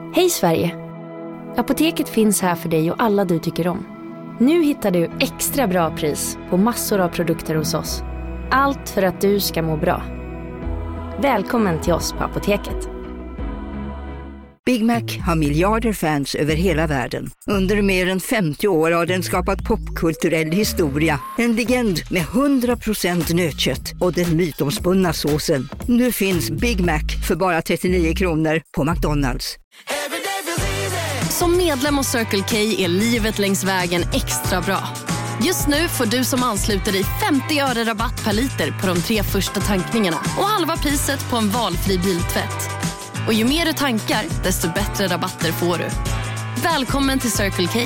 Hej Sverige! Apoteket finns här för dig och alla du tycker om. Nu hittar du extra bra pris på massor av produkter hos oss. Allt för att du ska må bra. Välkommen till oss på Apoteket. Big Mac har miljarder fans över hela världen. Under mer än 50 år har den skapat popkulturell historia. En legend med 100% nötkött och den mytomspunna såsen. Nu finns Big Mac för bara 39 kronor på McDonald's. Som medlem hos Circle K är livet längs vägen extra bra. Just nu får du som ansluter dig 50 öre rabatt per liter på de 3 första tankningarna och halva priset på en valfri biltvätt. Och ju mer du tankar, desto bättre rabatter får du. Välkommen till Circle K.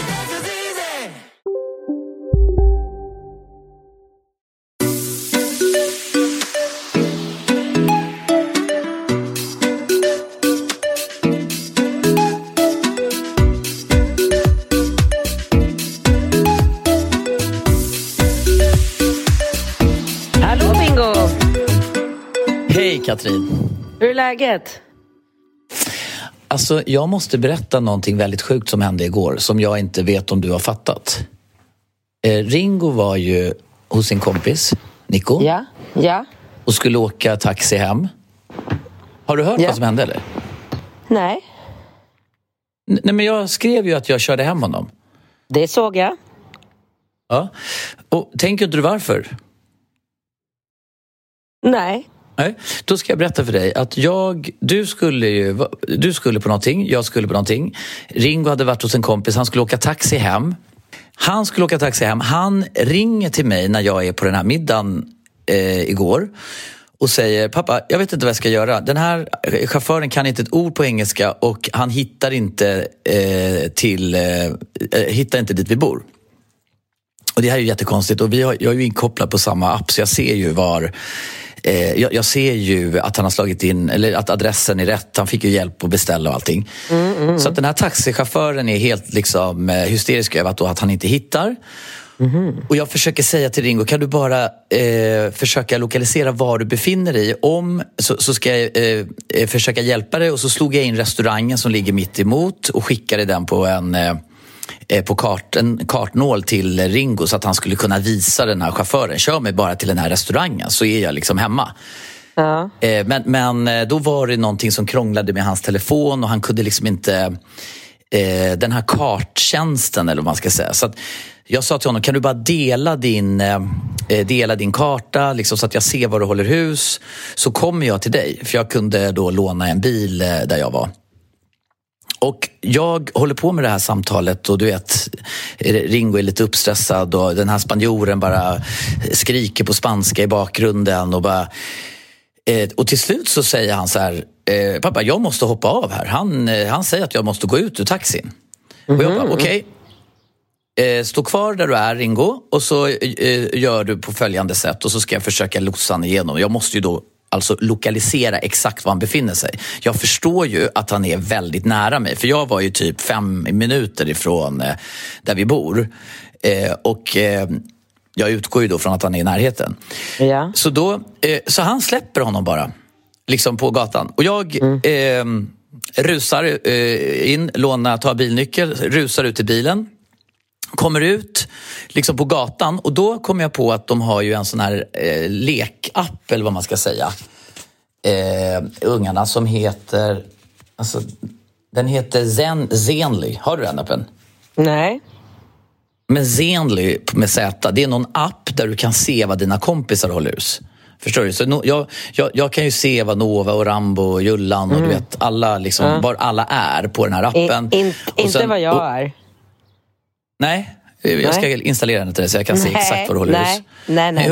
Hallå Bingo! Hej Katrin. Hur är läget? Alltså, jag måste berätta någonting väldigt sjukt som hände igår som jag inte vet om du har fattat. Ringo var ju hos sin kompis, Nico. Ja. Och skulle åka taxi hem. Har du hört vad som hände eller? Nej. Nej, men jag skrev ju att jag körde hem honom. Det såg jag. Ja. Och tänker inte du varför? Nej. Nej, då ska jag berätta för dig att du skulle på någonting, jag skulle på någonting. Ringo hade varit hos en kompis, han skulle åka taxi hem. Han ringer till mig när jag är på den här middagen igår och säger: pappa, jag vet inte vad jag ska göra. Den här chauffören kan inte ett ord på engelska och han hittar inte dit vi bor. Och det här är ju jättekonstigt och jag är ju inkopplad på samma app så jag ser ju jag ser ju att han har slagit in, eller att adressen är rätt. Han fick ju hjälp att beställa och allting. Så att den här taxichauffören är helt liksom hysterisk över att han inte hittar. Och jag försöker säga till Ringo: kan du bara försöka lokalisera var du befinner dig så ska jag försöka hjälpa dig. Och så slog jag in restaurangen som ligger mitt emot och skickade den på en kartnål till Ringo så att han skulle kunna visa den här chauffören: kör mig bara till den här restaurangen så är jag liksom hemma. Ja. Men då var det någonting som krånglade med hans telefon och han kunde liksom inte den här karttjänsten eller vad man ska säga. Så att jag sa till honom: kan du bara dela din karta liksom, så att jag ser var du håller hus, så kommer jag till dig. För jag kunde då låna en bil där jag var. Och jag håller på med det här samtalet och du vet, Ringo är lite uppstressad och den här spanjoren bara skriker på spanska i bakgrunden och till slut så säger han så här: pappa, jag måste hoppa av här. Han säger att jag måste gå ut ur taxin. Och jag bara, okej. Stå kvar där du är, Ringo, och så gör du på följande sätt och så ska jag försöka lotsa han igenom. Jag måste ju då alltså lokalisera exakt var han befinner sig. Jag förstår ju att han är väldigt nära mig. För jag var ju typ 5 minuter ifrån där vi bor. Och jag utgår ju då från att han är i närheten. Ja. Så han släpper honom bara. Liksom på gatan. Och jag rusar in, tar bilnyckel, rusar ut till bilen. Kommer ut liksom på gatan och då kommer jag på att de har ju en sån här lekapp eller vad man ska säga. Ungarna som heter, alltså den heter Zenly. Har du den appen? Nej. Men Zenly med Z, det är någon app där du kan se vad dina kompisar håller hus. Förstår du? Så jag kan ju se vad Nova och Rambo och Jullan och du vet alla liksom, var alla är på den här appen. Inte vad jag är. Nej, jag ska installera den till dig så jag kan se exakt vad du håller hus. Nej.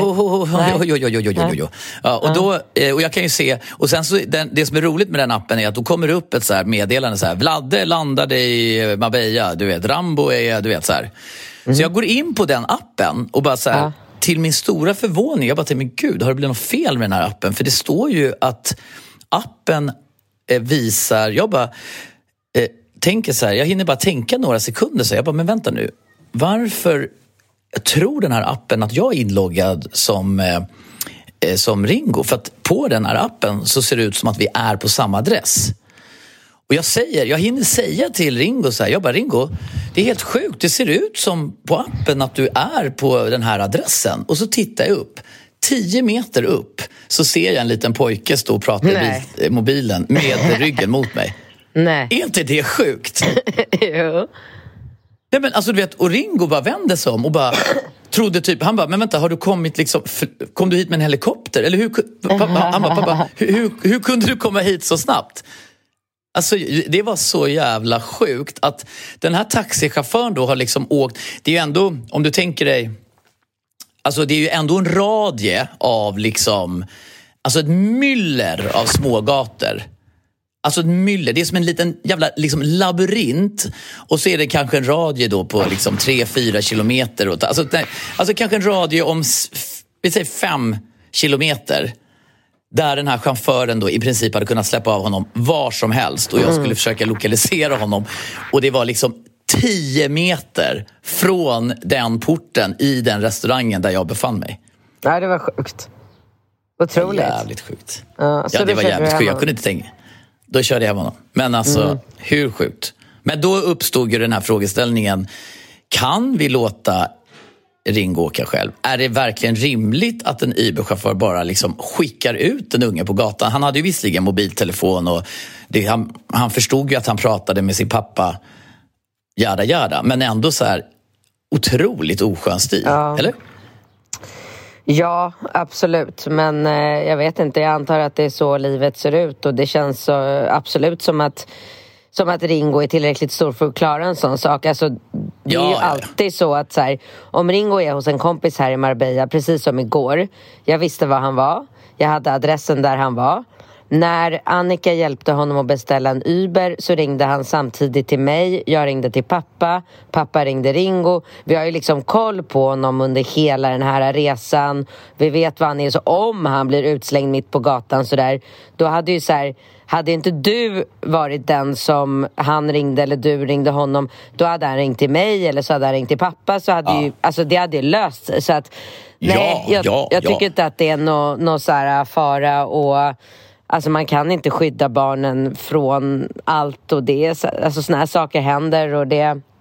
Jo. Ja, och jag kan ju se, och sen så det som är roligt med den appen är att då kommer det upp ett så här meddelande så här: Vladde landade i Marbella, du vet, Rambo är, du vet så här. Så jag går in på den appen och bara så här, till min stora förvåning, jag bara tänker, men gud, har det blivit något fel med den här appen? För det står ju att appen visar, jag bara tänker så här, jag hinner bara tänka några sekunder så jag bara, men vänta nu, varför tror den här appen att jag är inloggad som Ringo? För att på den här appen så ser det ut som att vi är på samma adress. Och jag hinner säga till Ringo så här, jag bara, Ringo, det är helt sjukt, det ser ut som på appen att du är på den här adressen. Och så tittar jag upp, 10 meter upp så ser jag en liten pojke stå och prata i mobilen med ryggen mot mig. Nej. Är inte det sjukt? Jo. Nej, men alltså du vet, och Ringo bara vände sig om och bara trodde typ, han bara, men vänta, har du kommit liksom, kom du hit med en helikopter? Eller pappa, hur kunde du komma hit så snabbt? Alltså det var så jävla sjukt att den här taxichauffören då har liksom åkt, det är ju ändå, om du tänker dig, alltså det är ju ändå en radie av liksom, alltså ett myller av smågator. Alltså ett myller, det är som en liten jävla liksom labyrint. Och så är det kanske en radie då på liksom 3-4 kilometer. Alltså kanske en radie om, vi säger 5 kilometer. Där den här chauffören då i princip hade kunnat släppa av honom var som helst. Och jag skulle försöka lokalisera honom. Och det var liksom 10 meter från den porten i den restaurangen där jag befann mig. Nej, det var sjukt. Otroligt. Jävligt sjukt. Ja, det var jävligt sjukt. Jag kunde inte tänka. Då körde jag honom. Men alltså, hur sjukt? Men då uppstod ju den här frågeställningen. Kan vi låta Ringo åka själv? Är det verkligen rimligt att en Uber-chaufför bara liksom skickar ut en unge på gatan? Han hade ju visserligen mobiltelefon och han förstod ju att han pratade med sin pappa jada. Men ändå så här otroligt oskön stil, eller? Ja, absolut. Men jag vet inte, jag antar att det är så livet ser ut. Och det känns så, absolut som att Ringo är tillräckligt stor för att klara en sån sak. Alltså, det är ju alltid så att så här, om Ringo är hos en kompis här i Marbella, precis som igår. Jag visste var han var. Jag hade adressen där han var. När Annika hjälpte honom att beställa en Uber så ringde han samtidigt till mig. Jag ringde till pappa. Pappa ringde Ringo. Vi har ju liksom koll på honom under hela den här resan. Vi vet vad han är. Så om han blir utslängd mitt på gatan så där, då hade ju så här, hade inte du varit den som han ringde eller du ringde honom, då hade han ringt till mig eller så hade han ringt till pappa, så hade ju, alltså det hade löst sig. Så att nej, jag tycker inte att det är någon så här fara. Och alltså man kan inte skydda barnen från allt, och det, alltså såna här saker händer. Och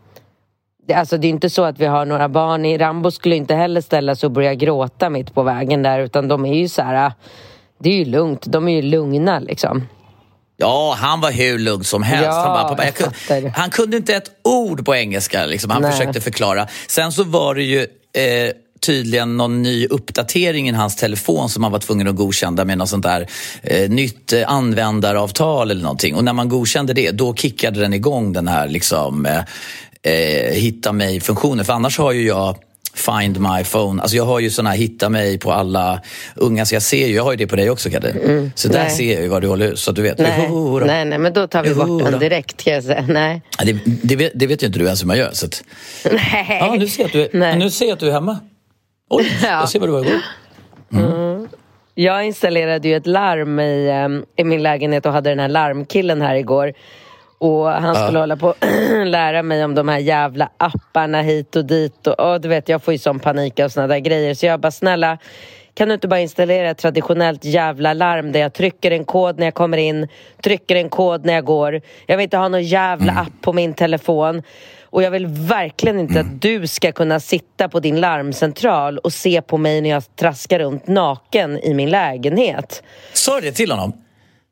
alltså det är inte så att vi har några barn i Rambo skulle inte heller ställa sig och börja gråta mitt på vägen där, utan de är ju så här, det är ju lugnt, de är ju lugna liksom. Ja, han var hur lugn som helst. Ja, han, bara, han kunde inte ett ord på engelska liksom. Han försökte förklara. Sen så var det ju tydligen någon ny uppdatering i hans telefon som man var tvungen att godkänna med något sånt där nytt användaravtal eller någonting. Och när man godkände det, då kickade den igång den här liksom hitta mig-funktionen. För annars har ju jag Find My Phone. Alltså jag har ju såna här hitta mig på alla unga, så jag har ju det på dig också, Karin. Så där ser jag ju vad du håller, så att du vet. Nej, men då tar vi bort den direkt, kan jag säga. Nej. Det vet ju inte du ens hur man gör. Så att... Nej. Ja, nu ser jag att du är hemma. Oj, jag ser vad du var igår. Jag installerade ju ett larm i min lägenhet och hade den här larmkillen här igår. Och han skulle hålla på lära mig om de här jävla apparna hit och dit. Och du vet, jag får ju sån panik av såna där grejer. Så jag bara, snälla, kan du inte bara installera ett traditionellt jävla larm där jag trycker en kod när jag kommer in, trycker en kod när jag går. Jag vill inte ha någon jävla app på min telefon. Och jag vill verkligen inte att du ska kunna sitta på din larmcentral och se på mig när jag traskar runt naken i min lägenhet. Sa det till honom?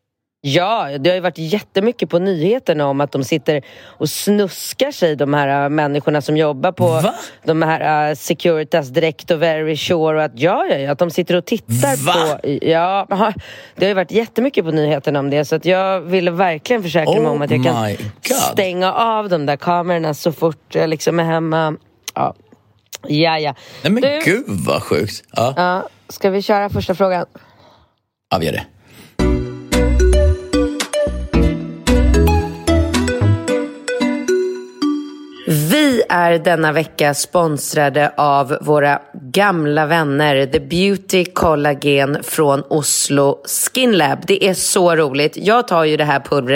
Ja, det har ju varit jättemycket på nyheterna om att de sitter och snuskar sig, de här människorna som jobbar på de här Securitas Direct och Very Sure, och att de sitter och tittar på. Ja, det har ju varit jättemycket på nyheterna om det, så att jag ville verkligen försäkra mig om att jag kan stänga av de där kamerorna så fort jag liksom är hemma. Ja. Nej men gud vad sjukt. Ja, ska vi köra första frågan? Ja, vi gör det. Vi är denna vecka sponsrade av våra gamla vänner The Beauty Collagen från Oslo Skin Lab. Det är så roligt. Jag tar ju det här pulvret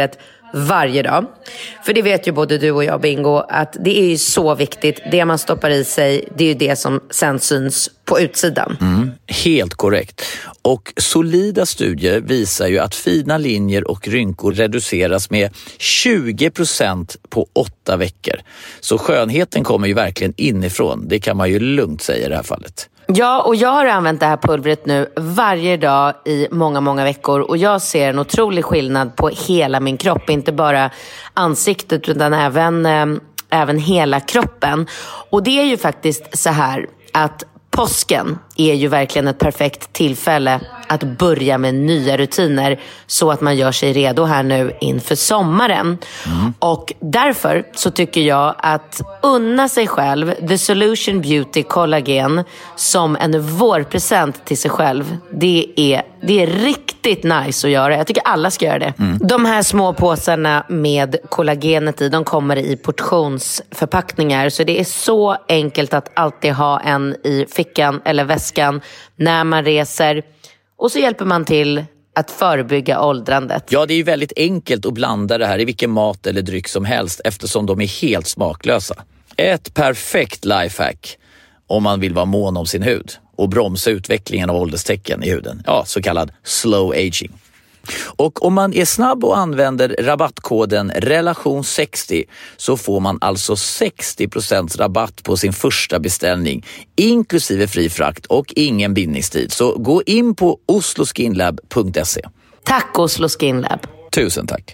varje dag. För det vet ju både du och jag, Bingo, att det är ju så viktigt. Det man stoppar i sig, det är ju det som sen syns på utsidan. Helt korrekt. Och solida studier visar ju att fina linjer och rynkor reduceras med 20% på 8 veckor. Så skönheten kommer ju verkligen inifrån. Det kan man ju lugnt säga i det här fallet. Ja, och jag har använt det här pulvret nu varje dag i många, många veckor. Och jag ser en otrolig skillnad på hela min kropp. Inte bara ansiktet utan även hela kroppen. Och det är ju faktiskt så här att påsken är ju verkligen ett perfekt tillfälle att börja med nya rutiner så att man gör sig redo här nu inför sommaren. Och därför så tycker jag att unna sig själv The Solution Beauty Collagen som en vårpresent till sig själv, det är riktigt nice att göra. Jag tycker alla ska göra det. De här små påsarna med kollagenet i, de kommer i portionsförpackningar, så det är så enkelt att alltid ha en i fickan eller väskan när man reser. Och så hjälper man till att förebygga åldrandet. Ja, det är ju väldigt enkelt att blanda det här i vilken mat eller dryck som helst eftersom de är helt smaklösa. Ett perfekt lifehack om man vill vara mån om sin hud och bromsa utvecklingen av ålderstecken i huden. Ja, så kallad slow aging. Och om man är snabb och använder rabattkoden relation60 så får man alltså 60% rabatt på sin första beställning inklusive fri frakt och ingen bindningstid. Så gå in på osloskinlab.se. Tack Oslo Skin Lab. Tusen tack.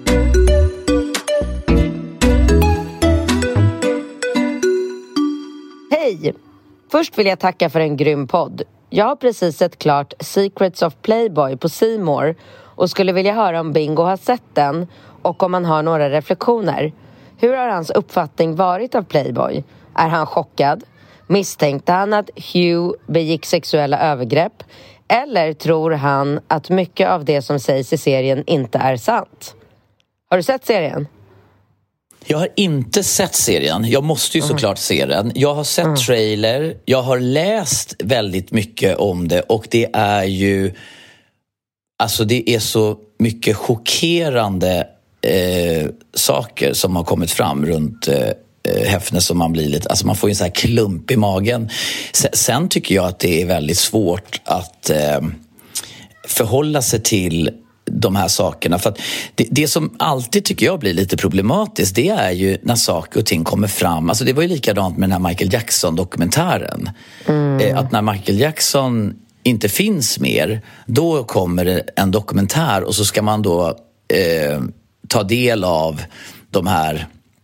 Hej! Först vill jag tacka för en grym podd. Jag har precis sett klart Secrets of Playboy på C More och skulle vilja höra om Bingo har sett den och om han har några reflektioner. Hur har hans uppfattning varit av Playboy? Är han chockad? Misstänkte han att Hugh begick sexuella övergrepp? Eller tror han att mycket av det som sägs i serien inte är sant? Har du sett serien? Jag har inte sett serien. Jag måste ju såklart se den. Jag har sett trailer. Jag har läst väldigt mycket om det. Och det är ju... Alltså det är så mycket chockerande saker som har kommit fram runt Hefner som man blir lite... Alltså man får ju en sån här klump i magen. Sen tycker jag att det är väldigt svårt att förhålla sig till de här sakerna. För att det som alltid tycker jag blir lite problematiskt, det är ju när saker och ting kommer fram. Alltså det var ju likadant med den här Michael Jackson-dokumentären. Att när Michael Jackson inte finns mer, då kommer det en dokumentär och så ska man då ta del av de här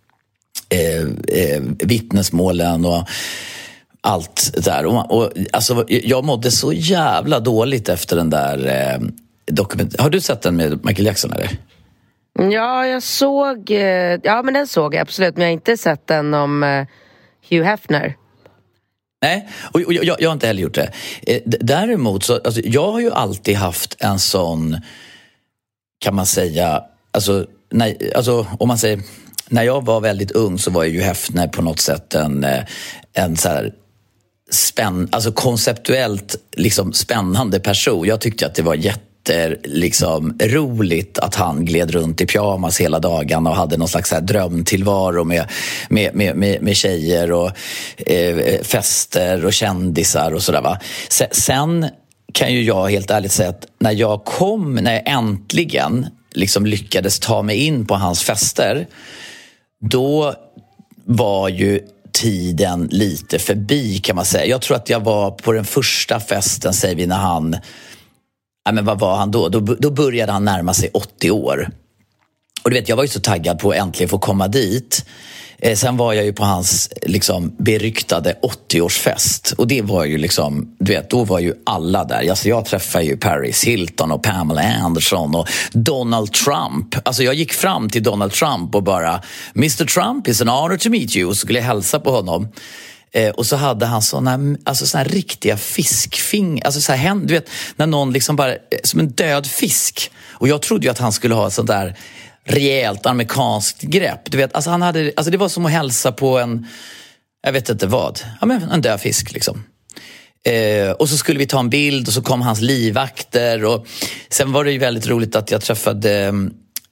vittnesmålen och allt där. Och alltså, jag mådde så jävla dåligt efter den där Har du sett den med Michael Jackson eller? Ja, jag såg... Ja, men den såg jag absolut. Men jag har inte sett den om Hugh Hefner. Nej, och jag har inte heller gjort det. Däremot så... Alltså, jag har ju alltid haft en sån... Kan man säga... Alltså, om man säger... När jag var väldigt ung så var ju Hefner på något sätt en så här... alltså konceptuellt liksom spännande person. Jag tyckte att det var liksom roligt att han gled runt i pyjamas hela dagen och hade någon slags så här drömtillvaro med tjejer och fester och kändisar och sådär va. Sen kan ju jag helt ärligt säga att när jag äntligen liksom lyckades ta mig in på hans fester, då var ju tiden lite förbi kan man säga. Jag tror att jag var på den första festen, säger vi, när han... Ja, men vad var han då? Då började han närma sig 80 år. Och du vet, jag var ju så taggad på att äntligen få komma dit. Sen var jag ju på hans liksom beryktade 80-årsfest. Och det var ju liksom, du vet, då var ju alla där. Alltså jag träffade ju Paris Hilton och Pamela Anderson och Donald Trump. Alltså jag gick fram till Donald Trump och bara, Mr. Trump, it's an honor to meet you. Och så skulle jag hälsa på honom. Och så hade han såna riktiga fiskfingrar. Alltså så här, du vet, när någon liksom bara, som en död fisk. Och jag trodde ju att han skulle ha ett sånt där rejält amerikanskt grepp. Du vet, alltså det var som att hälsa på en, jag vet inte vad, ja, men en död fisk liksom. Och så skulle vi ta en bild och så kom hans livvakter. Och sen var det ju väldigt roligt att jag träffade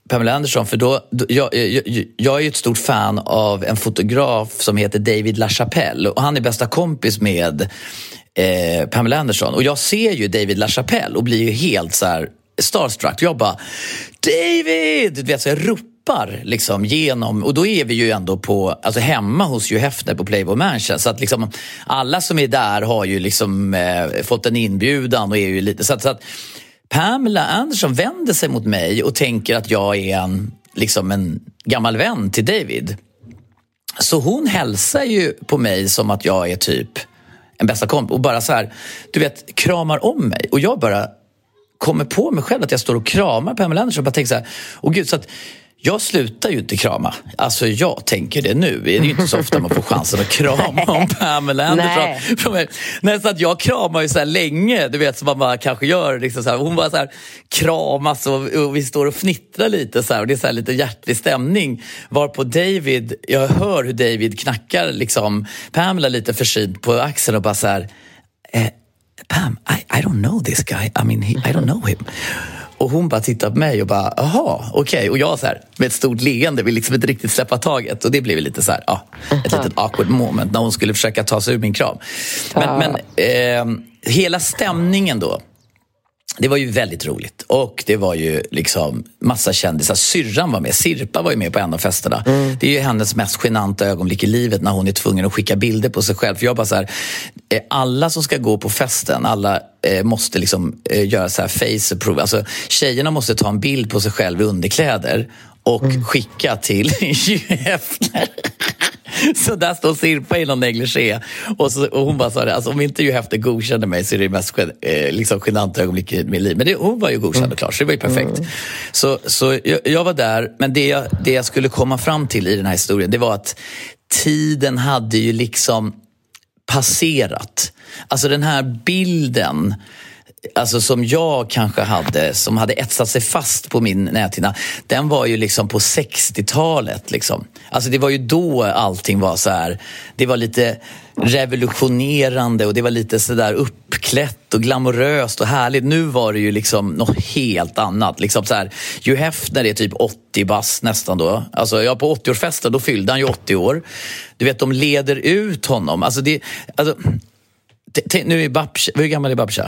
Pamela Anderson, för jag är ju ett stort fan av en fotograf som heter David LaChapelle, och han är bästa kompis med Pamela Anderson, och jag ser ju David LaChapelle och blir ju helt så här starstruck. Jag bara, David! Du vet, så jag ropar liksom genom, och då är vi ju ändå på, alltså hemma hos Hugh Hefner på Playboy Mansion, så att liksom alla som är där har ju liksom fått en inbjudan och är ju lite så att Pamela Anderson vänder sig mot mig och tänker att jag är en gammal vän till David. Så hon hälsar ju på mig som att jag är typ en bästa kompis och bara så här, du vet, kramar om mig, och jag bara kommer på mig själv att jag står och kramar Pamela Anderson och bara tänker så här, åh gud, så att jag slutar ju inte krama. Alltså jag tänker det nu. Det är ju inte så ofta man får chansen att krama om Pamela Anderson från mig. Nej, så att jag kramar ju så här länge, du vet, som man kanske gör liksom så här. Hon bara så här kramas och vi står och fnittrar lite så här, och det är så här lite hjärtlig stämning. Varpå David, jag hör hur David knackar liksom Pamela lite försynt på axeln och bara så här, Pam, I don't know this guy. I mean, I don't know him. Och hon bara tittar på mig och bara, aha, okej. Och jag så här, med ett stort leende, vill liksom inte riktigt släppa taget. Och det blev lite så här, ett litet awkward moment när hon skulle försöka ta sig ur min kram. Men hela stämningen då, det var ju väldigt roligt. Och det var ju liksom massa kändisar. Syrran var med, Sirpa var ju med på en av festerna. Det är ju hennes mest genanta ögonblick i livet när hon är tvungen att skicka bilder på sig själv. För jag bara så här, alla som ska gå på festen, alla måste liksom göra så här face approve. Alltså tjejerna måste ta en bild på sig själv i underkläder och skicka till Hugh Hefner. Så där står Sirpa i någon negligé och hon bara sa det, alltså om inte Hugh Hefner godkände mig så är det mest liksom genant ögonblick i mitt liv. Men hon var ju godkänd och klar, så det var ju perfekt. Så jag var där, men det jag skulle komma fram till i den här historien, det var att tiden hade ju liksom passerat. Alltså den här bilden, alltså som jag kanske hade, som hade etsat sig fast på min näthinna, den var ju liksom på 60-talet liksom. Alltså det var ju då allting var så här, det var lite revolutionerande och det var lite så där uppklätt och glamoröst och härligt. Nu var det ju liksom något helt annat. Liksom så här, Hugh Hefner är typ 80 bast nästan då. Alltså jag på 80-årsfesten, då fyllde han ju 80 år. Du vet, de leder ut honom. Alltså det, alltså, nu är Babsha, hur gammal är Babsha?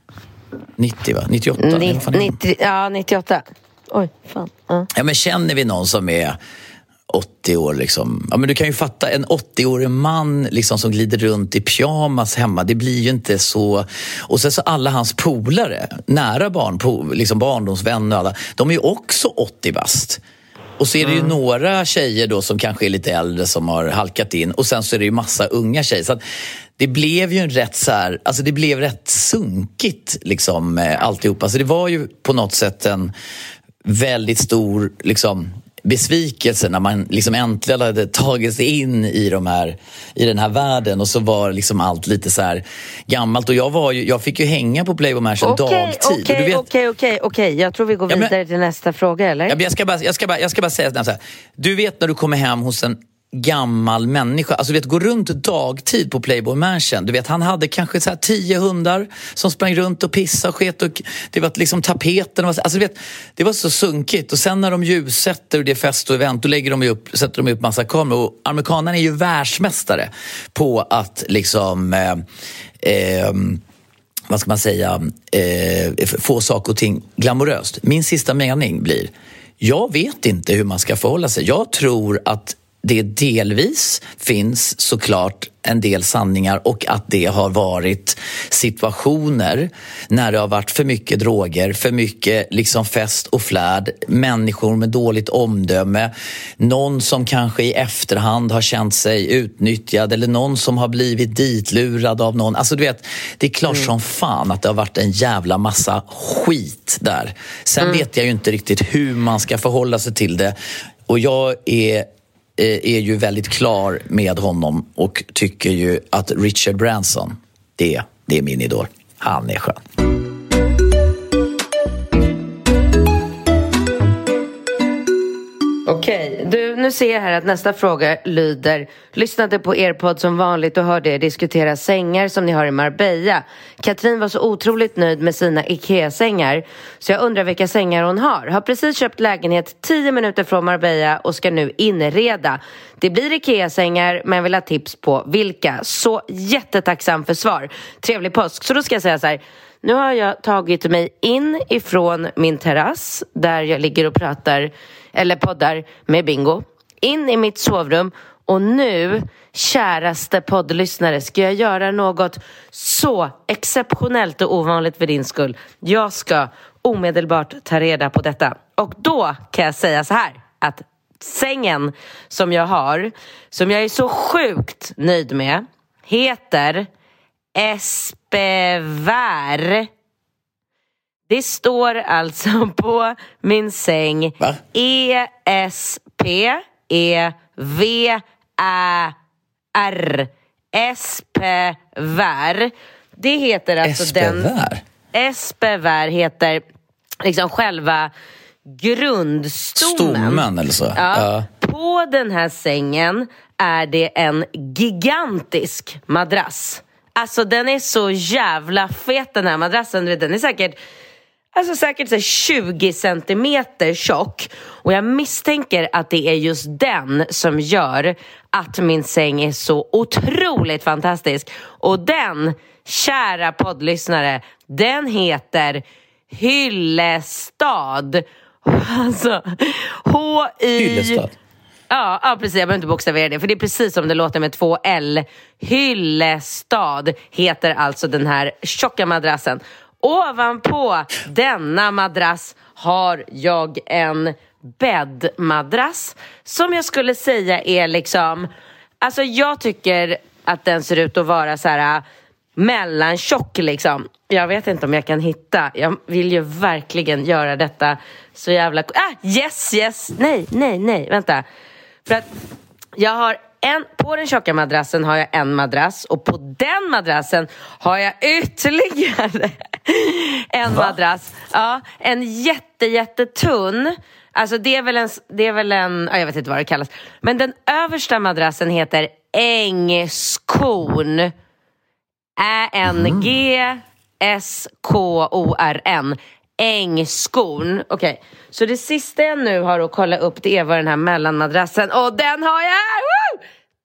90 va? 98? 90, ja, 98. Oj, fan. Ja, men känner vi någon som är 80 år liksom? Ja, men du kan ju fatta en 80-årig man liksom som glider runt i pyjamas hemma. Det blir ju inte så. Och sen så alla hans polare, nära liksom barndomsvänner och alla, de är ju också 80 bast. Och så är det ju några tjejer då som kanske är lite äldre som har halkat in. Och sen så är det ju massa unga tjejer. Så att det blev ju en rätt så här, alltså det blev rätt sunkigt liksom alltihopa. Så det var ju på något sätt en väldigt stor liksom besvikelse när man liksom äntligen hade tagit sig in i den här världen, och så var liksom allt lite så här gammalt, och jag fick ju hänga på Playboy Mansion dagtid. Okej. Jag tror vi går vidare till nästa fråga, eller? Ja, jag ska bara säga så här. Du vet när du kommer hem hos en gammal människa, alltså du vet, gå runt dagtid på Playboy Mansion, du vet, han hade kanske så här 10 hundar som sprang runt och pissade och sket, och det var liksom tapeten, alltså du vet, det var så sunkigt. Och sen när de ljussätter och det är fest och event, då sätter de upp massa kameror, och amerikanerna är ju världsmästare på att liksom vad ska man säga, få saker och ting glamoröst. Min sista mening blir, jag vet inte hur man ska förhålla sig. Jag tror att det delvis finns såklart en del sanningar, och att det har varit situationer när det har varit för mycket droger, för mycket liksom fest och flärd, människor med dåligt omdöme, någon som kanske i efterhand har känt sig utnyttjad, eller någon som har blivit ditlurad av någon. Alltså du vet, det är klart som fan att det har varit en jävla massa skit där. Sen vet jag ju inte riktigt hur man ska förhålla sig till det, och jag är ju väldigt klar med honom och tycker ju att Richard Branson, det är min idol. Han är skön. Okej, nu ser jag här att nästa fråga lyder: lyssnade på er podd som vanligt och hörde er diskutera sängar som ni har i Marbella. Katrin var så otroligt nöjd med sina IKEA-sängar, så jag undrar vilka sängar hon har precis köpt lägenhet 10 minuter från Marbella och ska nu inreda. Det blir IKEA-sängar, men vill ha tips på vilka. Så jättetacksam för svar. Trevlig påsk. Så då ska jag säga så här: nu har jag tagit mig in ifrån min terrass där jag ligger och pratar eller poddar med Bingo, in i mitt sovrum, och nu, käraste poddlyssnare, ska jag göra något så exceptionellt och ovanligt för din skull. Jag ska omedelbart ta reda på detta. Och då kan jag säga så här, att sängen som jag har, som jag är så sjukt nöjd med, heter Espevär. Det står alltså på min säng. Va? ESPEVÄR. Espevär. Det heter alltså Espevär? Espevär heter liksom själva grundstommen. Stommen eller så. Ja. På den här sängen är det en gigantisk madrass. Alltså den är så jävla fet, den här madrassen. Den är säkert så 20 centimeter tjock. Och jag misstänker att det är just den som gör att min säng är så otroligt fantastisk. Och den, kära poddlyssnare, den heter Hyllestad. Alltså Hyllestad. Ja, precis. Jag behöver inte bokstavera det, för det är precis som det låter med 2 L. Hyllestad heter alltså den här tjocka madrassen. Ovanpå denna madrass har jag en bäddmadrass som jag skulle säga är liksom... Alltså jag tycker att den ser ut att vara så här mellantjock liksom. Jag vet inte om jag kan hitta. Jag vill ju verkligen göra detta så jävla... Yes. Nej, vänta. För att jag har på den tjocka madrassen har jag en madrass, och på den madrassen har jag ytterligare en madrass. Ja, en jättetunn. Alltså det är väl en, jag vet inte vad det kallas. Men den översta madrassen heter Ängskon. Ängskon. Ängskon. Okej. Så det sista jag nu har att kolla upp, det är vad den här mellanmadrassen. Och den har jag! Woo!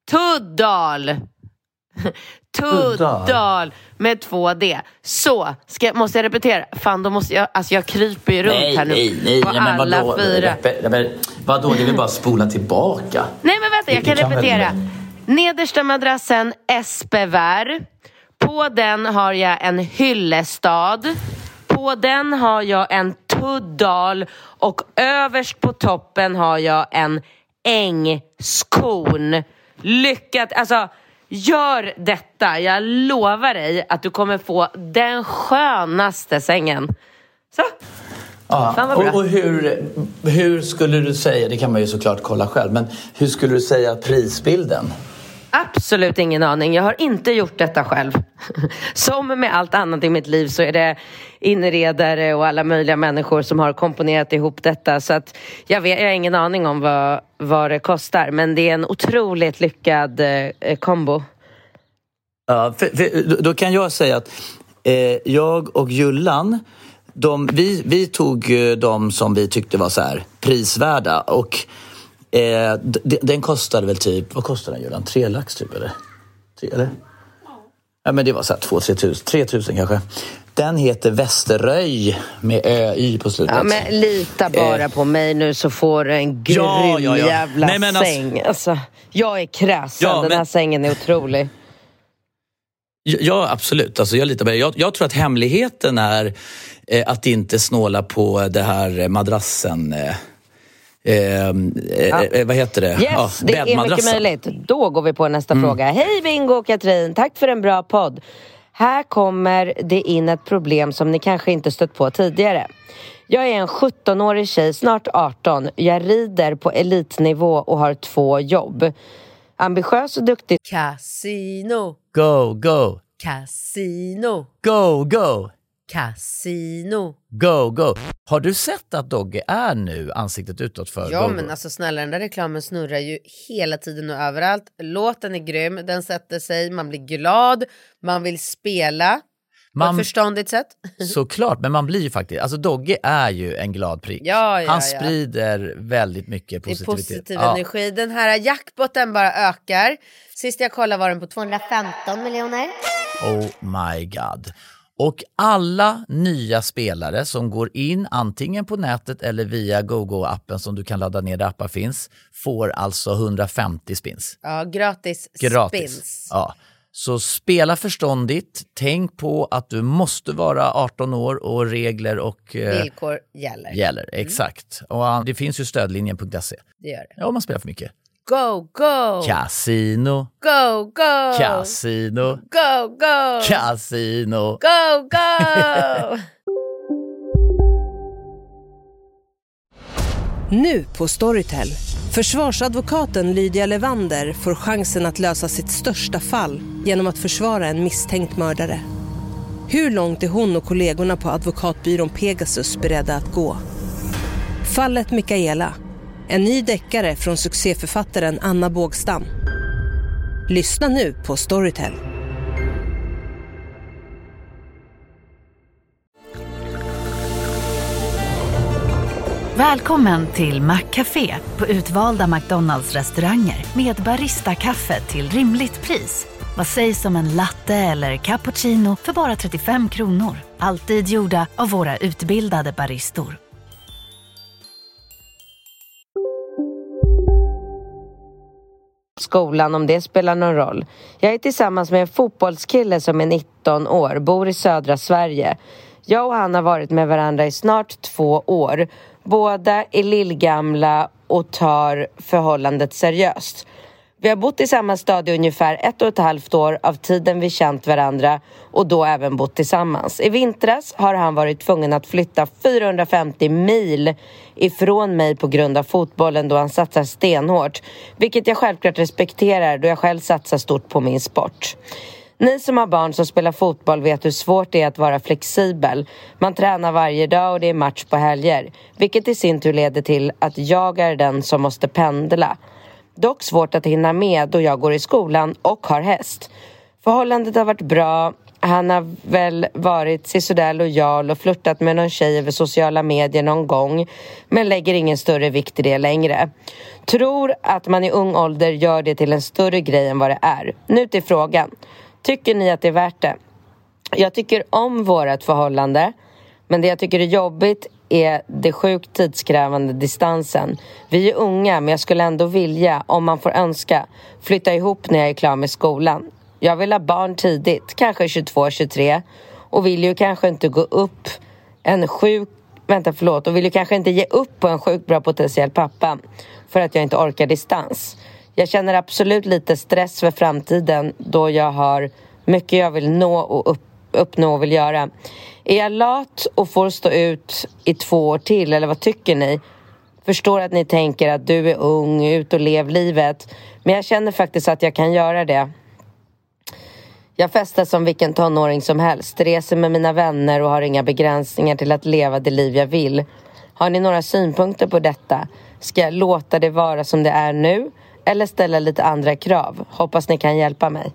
Tuddal med 2D. Så, måste jag repetera? Fan, då måste jag... Alltså jag kryper ju runt här nu. Nej, på alla 4. Vadå, det vill bara spola tillbaka. Nej, men vänta, jag kan repetera. Nedersta madrassen Espevär. På den har jag en Hyllestad. På den har jag en Tuddal. Och överst på toppen har jag en Ängskon. Lyckat, alltså gör detta. Jag lovar dig att du kommer få den skönaste sängen. Så. Ja, fan vad bra. Och hur skulle du säga, det kan man ju såklart kolla själv, men hur skulle du säga prisbilden? Absolut ingen aning. Jag har inte gjort detta själv. Som med allt annat i mitt liv så är det inredare och alla möjliga människor som har komponerat ihop detta. Så att jag har ingen aning om vad det kostar. Men det är en otroligt lyckad kombo. Ja, då kan jag säga att jag och Jullan, vi tog de som vi tyckte var så här prisvärda. Och den kostade väl typ, vad kostar den, Jullan? 3 lax typ eller? Ja, men det var så här 2-3 tusen, 3 tusen kanske. Den heter Västerröj med ö-y på slutet. Ja, men lita bara på mig nu så får du en grym jävla säng. Alltså, jag är kräsen, den här sängen är otrolig. Ja, absolut. Alltså, jag litar på det. Jag tror att hemligheten är att inte snåla på det här madrassen. Vad heter det? Yes, det är mycket möjligt. Då går vi på nästa fråga. Hej Bingo och Katrin, tack för en bra podd. Här kommer det in ett problem som ni kanske inte stött på tidigare. Jag är en 17-årig tjej, snart 18. Jag rider på elitnivå och har 2 jobb. Ambitiös och duktig. Casino. Go. Casino. Go. Casino. Go. Har du sett att Dogge är nu ansiktet utåt för Ja, Go? men alltså snälla, den där reklamen snurrar ju hela tiden och överallt. Låten är grym, den sätter sig, man blir glad, man vill spela på ett förståndigt sätt. Såklart, men man blir ju faktiskt... Alltså Dogge är ju en glad prick. Han sprider väldigt mycket positivitet. Det är positiv energi. Den här jackpotten bara ökar. Sist jag kollade var den på 215 miljoner. Oh my god. Och alla nya spelare som går in antingen på nätet eller via GoGo-appen som du kan ladda ner där appar finns, får alltså 150 spins. Ja, gratis spins. Ja. Så spela förståndigt, tänk på att du måste vara 18 år och regler och villkor gäller. Exakt. Och det finns ju stödlinjen.se. Det gör det. Ja, om man spelar för mycket. Go! Casino. Go! Casino. Go! Casino. Go! Nu på Storytel. Försvarsadvokaten Lydia Levander får chansen att lösa sitt största fall genom att försvara en misstänkt mördare. Hur långt är hon och kollegorna på advokatbyrån Pegasus beredda att gå? Fallet Mikaela. En ny deckare från succéförfattaren Anna Bågstam. Lyssna nu på Storytel. Välkommen till Maccafé på utvalda McDonalds-restauranger med barista-kaffe till rimligt pris. Vad sägs om en latte eller cappuccino för bara 35 kronor? Alltid gjorda av våra utbildade baristor. Skolan, om det spelar någon roll. Jag är tillsammans med en fotbollskille som är 19 år, bor i södra Sverige. Jag och han har varit med varandra i snart 2 år. Båda är lillgamla och tar förhållandet seriöst. Vi har bott i samma stad i ungefär 1,5 år av tiden vi känt varandra och då även bott tillsammans. I vintras har han varit tvungen att flytta 450 mil ifrån mig på grund av fotbollen då han satsar stenhårt. Vilket jag självklart respekterar då jag själv satsar stort på min sport. Ni som har barn som spelar fotboll vet hur svårt det är att vara flexibel. Man tränar varje dag och det är match på helger. Vilket i sin tur leder till att jag är den som måste pendla. Dock svårt att hinna med då jag går i skolan och har häst. Förhållandet har varit bra. Han har väl varit sisådär lojal och flirtat med någon tjej över sociala medier någon gång. Men lägger ingen större vikt i det längre. Tror att man i ung ålder gör det till en större grej än vad det är. Nu till frågan. Tycker ni att det är värt det? Jag tycker om vårat förhållande. Men det jag tycker är jobbigt är det sjukt tidskrävande distansen. Vi är unga, men jag skulle ändå vilja, om man får önska, flytta ihop när jag är klar med skolan. Jag vill ha barn tidigt, kanske 22-23. Och vill ju kanske inte gå upp och vill ju kanske inte ge upp på en sjukt bra potentiell pappa. För att jag inte orkar distans. Jag känner absolut lite stress för framtiden då jag har mycket jag vill nå och uppnå och vill göra. Är jag lat och får stå ut i 2 år till, eller vad tycker ni? Förstår att ni tänker att du är ung, ut och lev livet. Men jag känner faktiskt att jag kan göra det. Jag festar som vilken tonåring som helst. Reser med mina vänner och har inga begränsningar till att leva det liv jag vill. Har ni några synpunkter på detta? Ska jag låta det vara som det är nu? Eller ställa lite andra krav? Hoppas ni kan hjälpa mig.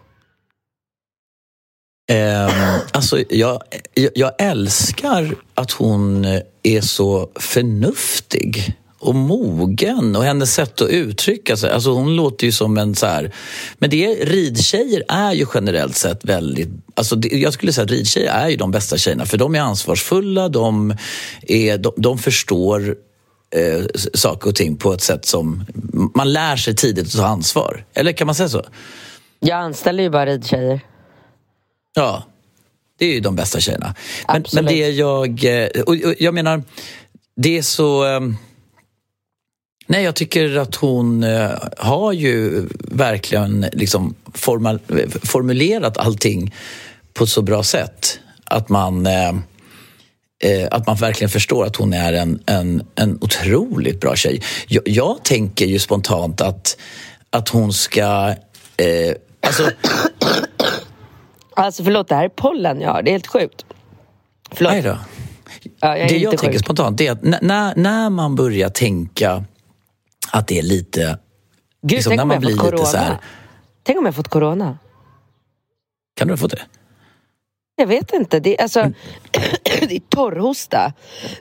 Alltså jag älskar att hon är så förnuftig och mogen och hennes sätt att uttrycka sig. Alltså hon låter ju som en så här... Men ridtjejer är ju generellt sett väldigt... Alltså jag skulle säga att ridtjejer är ju de bästa tjejerna för de är ansvarsfulla, de förstår saker och ting på ett sätt som man lär sig tidigt att ta ansvar. Eller kan man säga så? Jag anställer ju bara ridtjejer. Ja, det är ju de bästa tjejerna. Men det jag menar, det är så... Nej, jag tycker att hon har ju verkligen liksom formulerat allting på ett så bra sätt att man verkligen förstår att hon är en otroligt bra tjej. Jag tänker ju spontant att hon ska... Alltså förlåt, det här är pollen jag har. Det är helt sjukt. Förlåt. Nej då. Ja, det jag tänker spontant är att när man börjar tänka att det är lite... Gud, liksom, tänk när om man jag blir fått lite corona. så här, Tänk om jag fått corona. kan du ha fått det? Jag vet inte. Det är, alltså, det är torrhosta.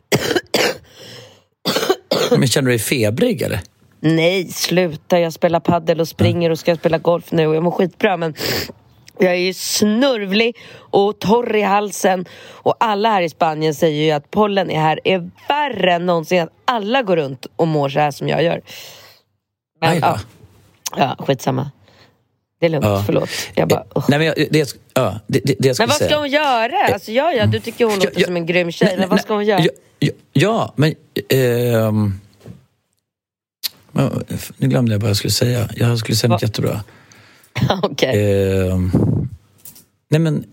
Men känner du dig febrig eller? Nej, sluta. Jag spelar paddel och springer och ska spela golf nu. Och jag mår skitbra, men jag är ju snurvlig och torr i halsen. Och alla här i Spanien säger ju att pollen är värre än någonsin. Att alla går runt och mår så här som jag gör. Men ja, skitsamma. Det är lugnt, förlåt. Jag bara, nej, men det jag men vad ska hon göra? Alltså, du tycker hon låter som en grym tjej. Men vad ska hon göra? Men nu glömde jag vad jag skulle säga. Jag skulle säga något jättebra. Okej. Nej men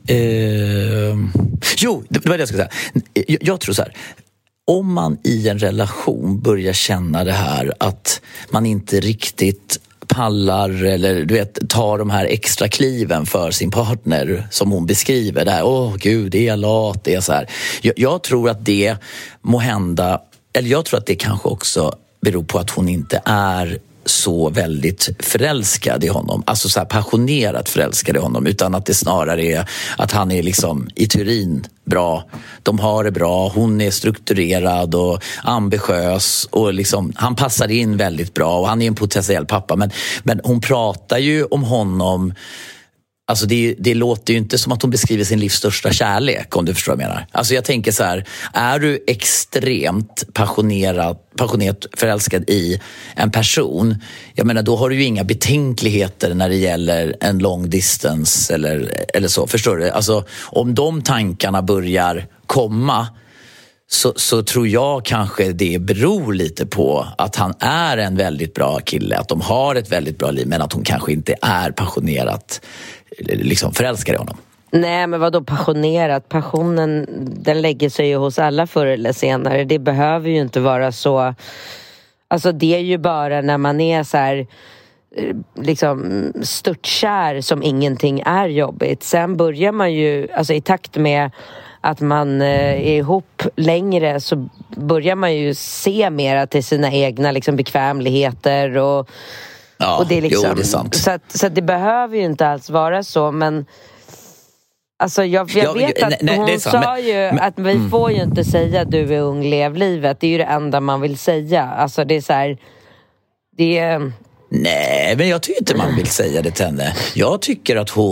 jo, det var det jag skulle säga. Jag tror så här. Om man i en relation börjar känna det här att man inte riktigt pallar eller du vet, tar de här extra kliven för sin partner som hon beskriver där. Gud, det är lat, det är så här. Jag tror att det må hända, eller jag tror att det kanske också beror på att hon inte är så väldigt förälskad i honom, alltså så här passionerat förälskad i honom, utan att det snarare är att han är liksom i teorin bra, de har det bra, hon är strukturerad och ambitiös och liksom, han passar in väldigt bra och han är en potentiell pappa, men hon pratar ju om honom. Alltså det låter ju inte som att hon beskriver sin livs största kärlek, om du förstår vad jag menar. Alltså jag tänker så här, är du extremt passionerat förälskad i en person, jag menar då har du ju inga betänkligheter när det gäller en long distance eller så, förstår du? Alltså om de tankarna börjar komma så tror jag kanske det beror lite på att han är en väldigt bra kille, att de har ett väldigt bra liv, men att hon kanske inte är passionerat liksom förälskad i honom. Nej, men vadå passionerat? Passionen, den lägger sig ju hos alla förr eller senare. Det behöver ju inte vara så. Alltså det är ju bara när man är så här liksom störtkär som ingenting är jobbigt. Sen börjar man ju, alltså i takt med att man är ihop längre så börjar man ju se mera till sina egna liksom bekvämligheter och det är liksom, det är sant. Så att det behöver ju inte alls vara så, men alltså jag vet att hon sa ju att vi får ju inte säga du är ung, lev livet. Det är ju det enda man vill säga. Alltså det är så här, det är... Nej, men jag tycker inte man vill säga det till henne. Jag tycker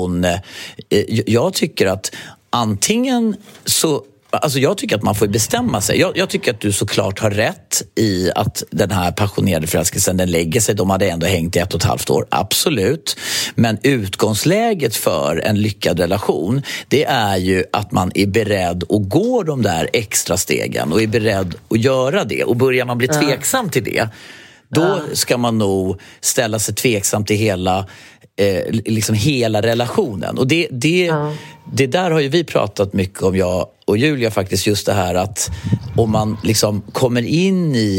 att antingen så, alltså jag tycker att man får bestämma sig. Jag tycker att du såklart har rätt i att den här passionerade förälskelsen, den lägger sig. De hade ändå hängt i 1,5 år, absolut. Men utgångsläget för en lyckad relation, det är ju att man är beredd att gå de där extra stegen och är beredd att göra det. Och börjar man bli tveksam till det, då ska man nog ställa sig tveksam till hela relationen. Och det där har ju vi pratat mycket om, jag och Julia faktiskt, just det här att om man liksom kommer in i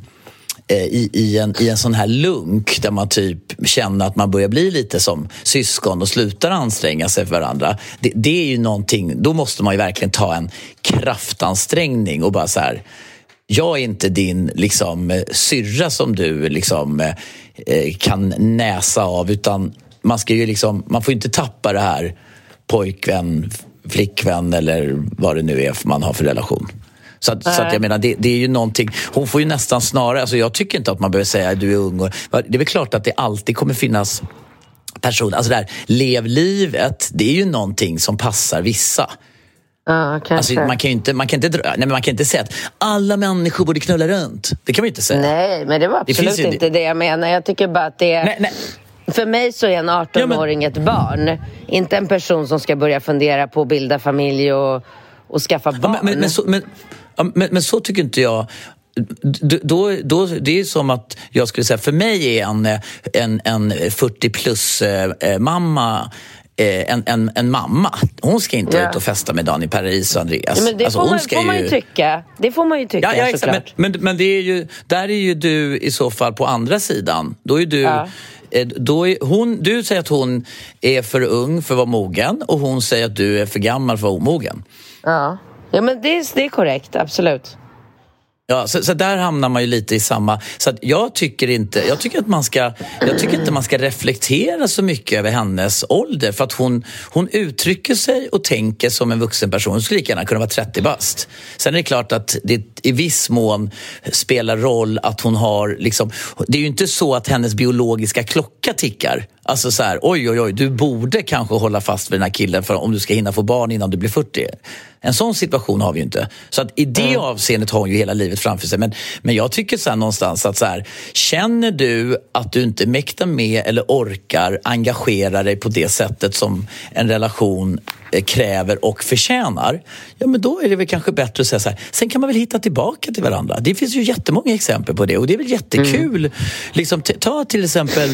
en sån här lunk där man typ känner att man börjar bli lite som syskon och slutar anstränga sig för varandra, det är ju någonting, då måste man ju verkligen ta en kraftansträngning och bara så här, jag är inte din liksom syrra som du liksom kan näsa av, utan man ska ju liksom, man får inte tappa det här pojkvän, flickvän eller vad det nu är man har för relation. Så att jag menar, det är ju någonting, hon får ju nästan snarare, alltså jag tycker inte att man behöver säga du är ung. Det är väl klart att det alltid kommer finnas personer, alltså där lev livet, det är ju någonting som passar vissa. Alltså, man kan inte säga att alla människor borde knulla runt. Det kan man inte säga. Nej, men det var absolut inte det jag menar. Jag tycker bara att det är... Nej. För mig så är en 18-åring ett barn. Inte en person som ska börja fundera på att bilda familj och skaffa barn. Men så tycker inte jag. Då, det är som att jag skulle säga, för mig är en 40 plus mamma en mamma. Hon ska inte ut och festa med Dani Paris och Andreas. Men det alltså, får man ju tycka. Det får man ju tycka, såklart. Men det är ju, där är ju du i så fall på andra sidan. Då är du... Ja. Du säger att hon är för ung för att vara mogen, och hon säger att du är för gammal för att vara omogen. Ja. Ja, men det är korrekt, absolut. Ja, så där hamnar man ju lite i samma... Så att jag tycker inte man ska reflektera så mycket över hennes ålder, för att hon uttrycker sig och tänker som en vuxen person. Hon skulle lika gärna kunna vara 30 bast. Sen är det klart att det i viss mån spelar roll att hon har liksom... Det är ju inte så att hennes biologiska klocka tickar. Alltså så här, oj, du borde kanske hålla fast vid den här killen för om du ska hinna få barn innan du blir 40. En sån situation har vi ju inte. Så att i det avseendet har hon ju hela livet framför sig. Men jag tycker så här någonstans att så här, känner du att du inte mäktar med eller orkar engagera dig på det sättet som en relation kräver och förtjänar, ja men då är det väl kanske bättre att säga så här. Sen kan man väl hitta tillbaka till varandra. Det finns ju jättemånga exempel på det och det är väl jättekul. Liksom, ta till exempel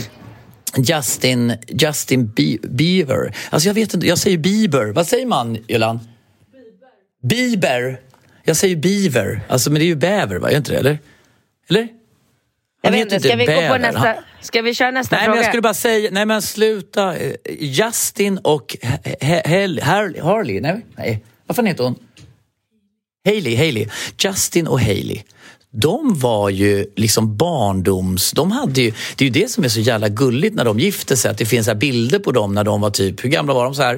Justin Bieber. Alltså jag vet inte, jag säger Bieber. Vad säger man, Jollan? Bieber. Jag säger Beaver. Alltså men det är ju bäver, va? Är inte det, eller? Eller? Jag vet inte, ska vi gå på nästa? Ska vi köra nästa fråga? Nej, men jag skulle bara säga, nej men sluta. Justin och Harley. Nej. Vad fan heter hon? Hailey. Justin och Hailey. De var ju liksom barndoms... Det är ju det som är så jävla gulligt när de gifte sig. Att det finns här bilder på dem när de var typ... Hur gamla var de så här?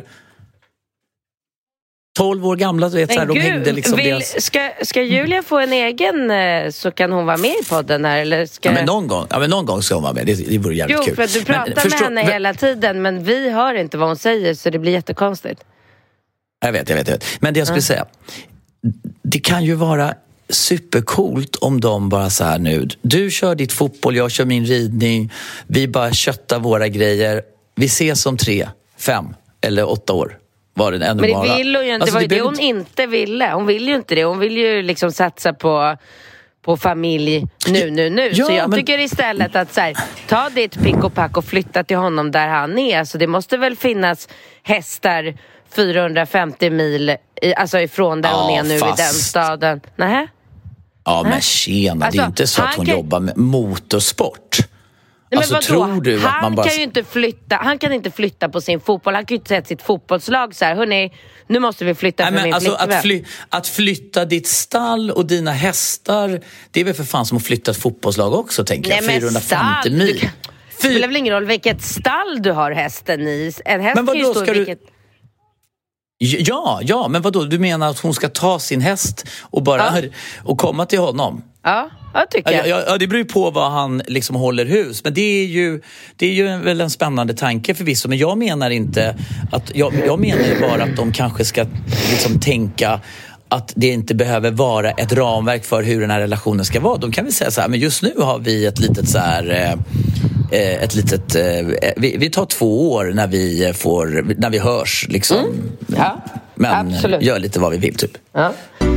12 år gamla, du vet. Så här, de hängde liksom ska Julia få en egen så kan hon vara med i podden här? Eller ska... Ja, men någon gång ska hon vara med. Det vore jävligt kul. Jo, för att du pratar med henne hela tiden. Men vi hör inte vad hon säger, så det blir jättekonstigt. Jag vet. Men det jag skulle säga... Det kan ju vara... supercoolt om de bara så här nu, du kör ditt fotboll, jag kör min ridning, vi bara köttar våra grejer, vi ses om 3, 5 eller 8 år. Var det ännu. Men det bara. Vill hon ju inte, alltså, det var ju det hon inte ville. Hon vill ju inte det, hon vill ju liksom satsa på familj nu. Ja, så jag tycker istället att så här, ta ditt pick och pack och flytta till honom där han är. Alltså det måste väl finnas hästar 450 mil alltså ifrån där hon är nu i den staden. Nähä? Ja, men tjena, alltså, det är inte så att hon jobbar med motorsport. Nej, alltså, tror du att man bara... kan ju inte flytta. Han kan inte flytta på sin fotboll. Han kan ju inte säga sitt fotbollslag så här, hörni, nu måste vi flytta för min flickvän. Att flytta ditt stall och dina hästar, det är väl för fan som att flytta ett fotbollslag också, tänker jag. 450 mil. Det spelar väl ingen roll vilket stall du har hästen i. En häst kan ju stå i vilket... Ja, men vadå? Du menar att hon ska ta sin häst och bara och komma till honom? Ja, tycker jag. Ja, det beror ju på vad han liksom håller hus. Men det är ju väl en spännande tanke förvisso. Men jag menar inte att... Jag menar ju bara att de kanske ska liksom tänka att det inte behöver vara ett ramverk för hur den här relationen ska vara. De kan väl säga så här, men just nu har vi ett litet så här... vi tar 2 år när vi hörs liksom. Ja, men absolut. Gör lite vad vi vill typ. Ja.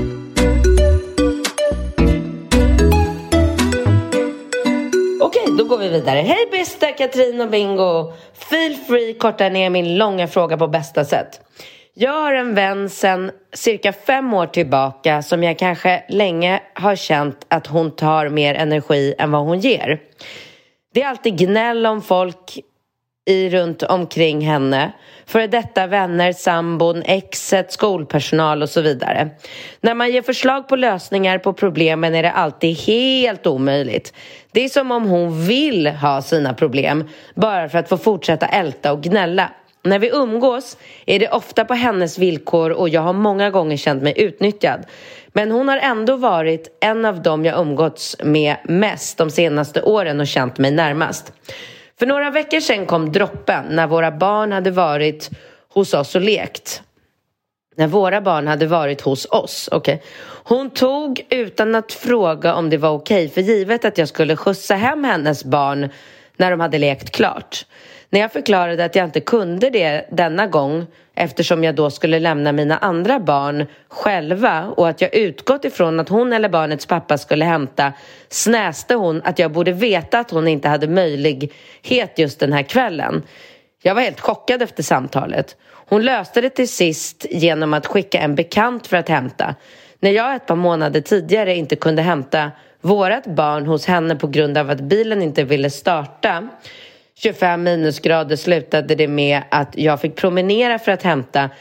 Okej, då går vi vidare. Hej bästa Katrin och Bingo. Feel free korta ner min långa fråga på bästa sätt. Jag har en vän sedan cirka 5 år tillbaka som jag kanske länge har känt att hon tar mer energi än vad hon ger. Det är alltid gnäll om folk runt omkring henne. För detta vänner, sambon, exet, skolpersonal och så vidare. När man ger förslag på lösningar på problemen är det alltid helt omöjligt. Det är som om hon vill ha sina problem bara för att få fortsätta älta och gnälla. När vi umgås är det ofta på hennes villkor och jag har många gånger känt mig utnyttjad. Men hon har ändå varit en av dem jag umgåtts med mest de senaste åren och känt mig närmast. För några veckor sedan kom droppen när våra barn hade varit hos oss och lekt. När våra barn hade varit hos oss, okej. Hon tog utan att fråga om det var okej, för givet att jag skulle skjutsa hem hennes barn när de hade lekt klart. När jag förklarade att jag inte kunde det denna gång eftersom jag då skulle lämna mina andra barn själva och att jag utgått ifrån att hon eller barnets pappa skulle hämta, snäste hon att jag borde veta att hon inte hade möjlighet just den här kvällen. Jag var helt chockad efter samtalet. Hon löste det till sist genom att skicka en bekant för att hämta. När jag ett par månader tidigare inte kunde hämta vårat barn hos henne på grund av att bilen inte ville starta, 25 minusgrader, slutade det med att jag fick promenera för att hämta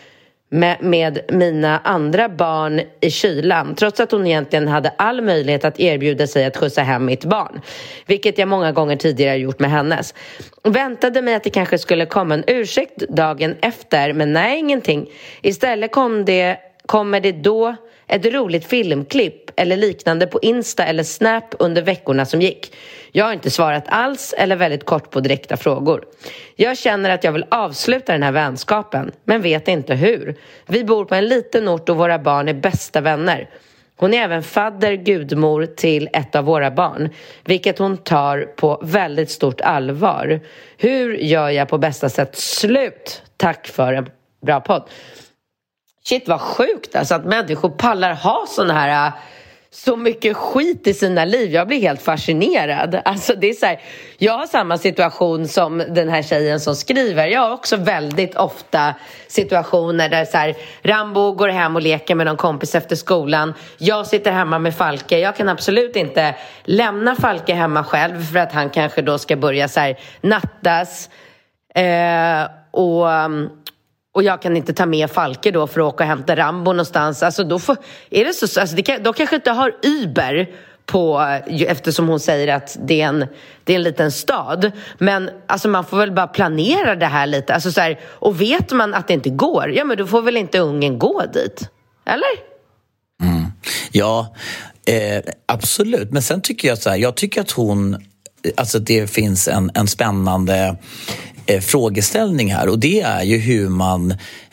med mina andra barn i kylan, trots att hon egentligen hade all möjlighet att erbjuda sig att skjutsa hem mitt barn, vilket jag många gånger tidigare gjort med hennes. Väntade mig att det kanske skulle komma en ursäkt dagen efter, men nej, ingenting. Istället kommer det då ett roligt filmklipp eller liknande på Insta eller Snap under veckorna som gick. Jag har inte svarat alls eller väldigt kort på direkta frågor. Jag känner att jag vill avsluta den här vänskapen, men vet inte hur. Vi bor på en liten ort och våra barn är bästa vänner. Hon är även gudmor till ett av våra barn, vilket hon tar på väldigt stort allvar. Hur gör jag på bästa sätt slut? Tack för en bra podd. Shit, vad sjukt alltså att människor pallar ha sån här så mycket skit i sina liv. Jag blir helt fascinerad. Alltså det är så här, jag har samma situation som den här tjejen som skriver. Jag har också väldigt ofta situationer där så här, Rambo går hem och leker med någon kompis efter skolan. Jag sitter hemma med Falke. Jag kan absolut inte lämna Falke hemma själv för att han kanske då ska börja så här nattas. Och jag kan inte ta med Falke då för att åka och hämta Rambo någonstans. Alltså då är det så, alltså de kanske inte har Uber på, eftersom hon säger att det är en liten stad. Men alltså man får väl bara planera det här lite. Alltså så här, och vet man att det inte går, ja men då får väl inte ungen gå dit. Eller? Mm. Ja, absolut. Men sen tycker jag så här, jag tycker att alltså det finns en spännande frågeställning här, och det är ju hur man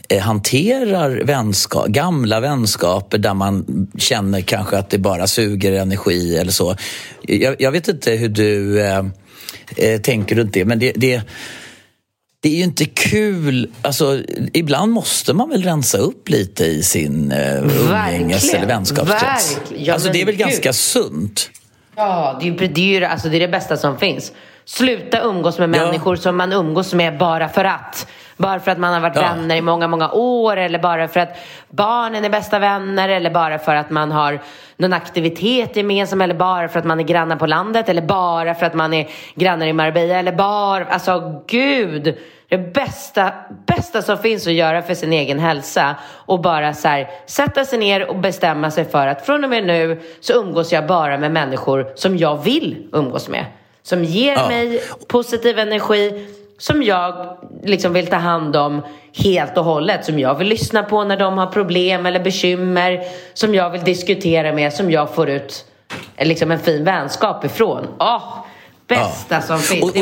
hanterar gamla vänskaper där man känner kanske att det bara suger energi eller så. Jag vet inte hur du tänker runt det, men det är ju inte kul. Alltså, ibland måste man väl rensa upp lite i sin umgänges- eller vänskapskrets. Ja, alltså, det är väl ganska sunt. Ja, det är det bästa som finns. Sluta umgås med människor som man umgås med bara för att man har varit vänner i många, många år, eller bara för att barnen är bästa vänner, eller bara för att man har någon aktivitet gemensam, eller bara för att man är grannar på landet, eller bara för att man är grannar i Marbella, eller bara, alltså gud, det bästa som finns att göra för sin egen hälsa, och bara så här, sätta sig ner och bestämma sig för att från och med nu så umgås jag bara med människor som jag vill umgås med, som ger mig positiv energi, som jag liksom vill ta hand om helt och hållet, som jag vill lyssna på när de har problem eller bekymmer, som jag vill diskutera med, som jag får ut liksom en fin vänskap ifrån. Bästa som finns.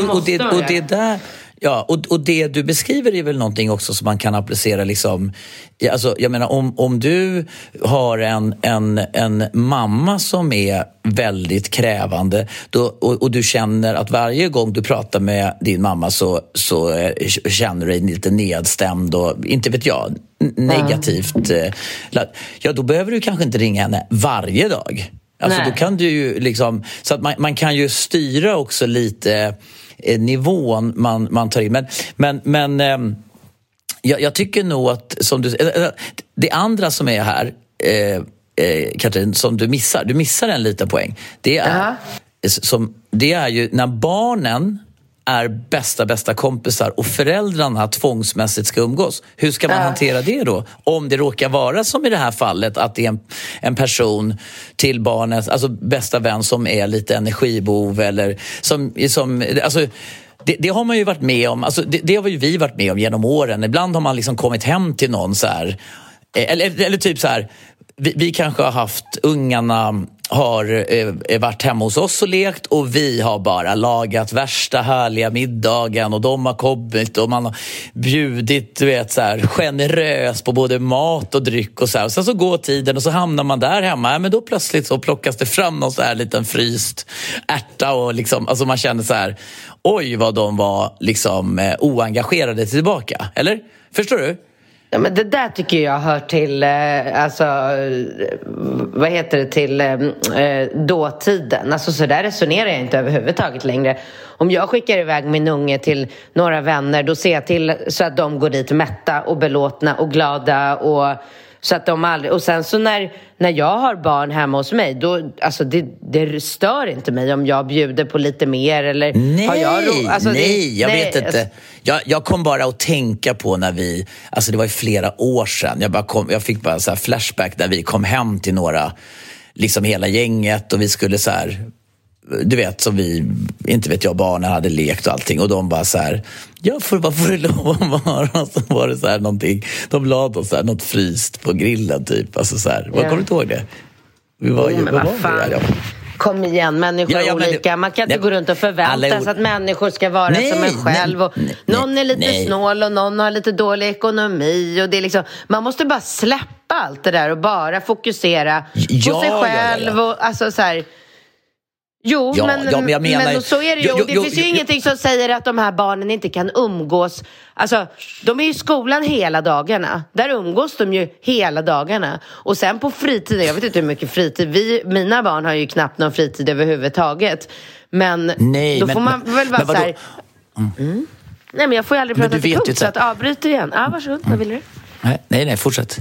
Ja, och det du beskriver är väl någonting också som man kan applicera liksom, alltså jag menar om du har en mamma som är väldigt krävande då, och du känner att varje gång du pratar med din mamma så känner du dig lite nedstämd och inte vet jag, negativt, ja då behöver du kanske inte ringa henne varje dag. Alltså då kan du ju liksom, så att man kan ju styra också lite nivån man tar in. Men jag tycker nog att som det andra som är här, Katrin, som du missar en liten poäng. Det är ju när barnen är bästa kompisar och föräldrarna tvångsmässigt ska umgås. Hur ska man hantera det då? Om det råkar vara som i det här fallet att det är en person till barnets, alltså bästa vän, som är lite energibov eller som alltså det har man ju varit med om, alltså det har ju vi varit med om genom åren. Ibland har man liksom kommit hem till någon så här, eller typ så här, vi kanske har haft ungarna har varit hemma hos oss och lekt, och vi har bara lagat värsta härliga middagen, och de har kommit och man har bjudit, du vet, så här generös på både mat och dryck och så här. Och sen så går tiden och så hamnar man där hemma, men då plötsligt så plockas det fram någon så här liten fryst ärta, och liksom, alltså man känner så här, oj vad de var liksom oengagerade tillbaka, eller? Förstår du? Ja, men det där tycker jag hör till till dåtiden. Alltså så där resonerar jag inte överhuvudtaget längre. Om jag skickar iväg min unge till några vänner, då ser jag till så att de går dit mätta och belåtna och glada och Så att de aldrig, och sen så när jag har barn hemma hos mig, då, alltså det stör inte mig om jag bjuder på lite mer eller har jag jag vet inte. Jag kom bara att tänka på när vi, alltså det var ju flera år sedan, jag fick bara så här flashback när vi kom hem till några, liksom hela gänget, och vi skulle så här, du vet, som vi, inte vet jag, barnen hade lekt och allting, och de bara så här, vad får det lov att vara? Så var det så här någonting, de lade oss så här, något fryst på grillen typ, alltså så här, kommer du inte ihåg det? Vi var ju, men vad fan. Kom igen, människor är olika. Man kan inte gå runt och förvänta sig att människor ska vara som en själv. Och någon är lite snål och någon har lite dålig ekonomi. Och det är liksom, man måste bara släppa allt det där och bara fokusera på sig själv. Och, alltså så här, men jag menar, men så är det ju. Det finns ju ingenting som säger att de här barnen inte kan umgås. Alltså, de är ju i skolan hela dagarna. Där umgås de ju hela dagarna. Och sen på fritiden, jag vet inte hur mycket fritid. Mina barn har ju knappt någon fritid överhuvudtaget. Men då får man väl vara så här. Nej, men jag får ju aldrig prata till punkt, så att avbryter igen. Varsågod, vad vill du? Nej, fortsätt.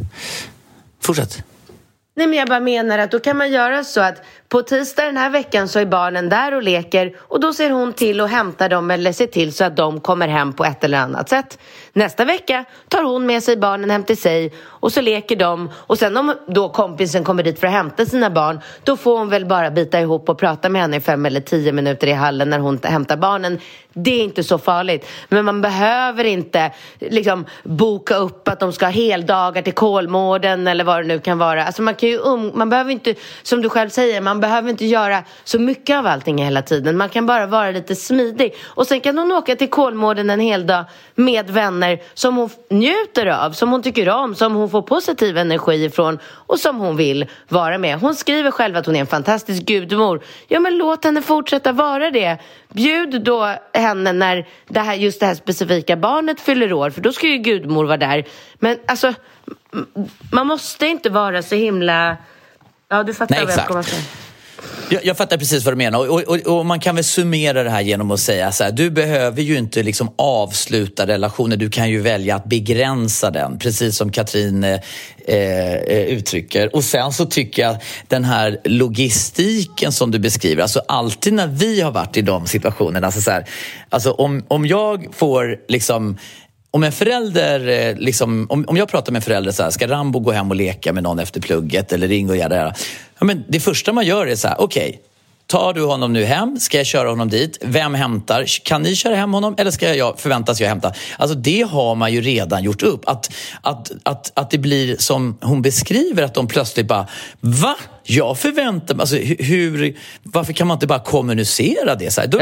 Nej, men jag bara menar att då kan man göra så att på tisdag den här veckan så är barnen där och leker, och då ser hon till att hämta dem eller se till så att de kommer hem på ett eller annat sätt. Nästa vecka tar hon med sig barnen hem till sig och så leker de, och sen om då kompisen kommer dit för att hämta sina barn, då får hon väl bara bita ihop och prata med henne i 5 eller 10 minuter i hallen när hon hämtar barnen. Det är inte så farligt, men man behöver inte liksom boka upp att de ska ha heldagar till Kolmården eller vad det nu kan vara. Alltså man kan ju man behöver inte, som du själv säger, man behöver inte göra så mycket av allting hela tiden. Man kan bara vara lite smidig, och sen kan hon åka till Kolmården en hel dag med vänner som hon njuter av, som hon tycker om, som hon får positiv energi ifrån och som hon vill vara med. Hon skriver själv att hon är en fantastisk gudmor. Ja, men låt henne fortsätta vara det. Bjud då henne när just det här specifika barnet fyller år, för då ska ju gudmor vara där. Men alltså, man måste inte vara så himla... Ja, du fattar vad jag kommer att säga. Jag fattar precis vad du menar, och man kan väl summera det här genom att säga så här: du behöver ju inte liksom avsluta relationen, du kan ju välja att begränsa den, precis som Katrin uttrycker. Och sen så tycker jag den här logistiken som du beskriver, alltså alltid när vi har varit i de situationerna, alltså så här, alltså om jag får liksom... Om en förälder, liksom, om jag pratar med en förälder så här, ska Rambo gå hem och leka med någon efter plugget eller ring och göra det här? Ja, men det första man gör är så här: okej, tar du honom nu hem? Ska jag köra honom dit? Vem hämtar? Kan ni köra hem honom? Eller ska jag förväntas jag hämta? Alltså det har man ju redan gjort upp. Att det blir som hon beskriver, att de plötsligt bara, va? Jag förväntar mig, alltså varför kan man inte bara kommunicera det så här?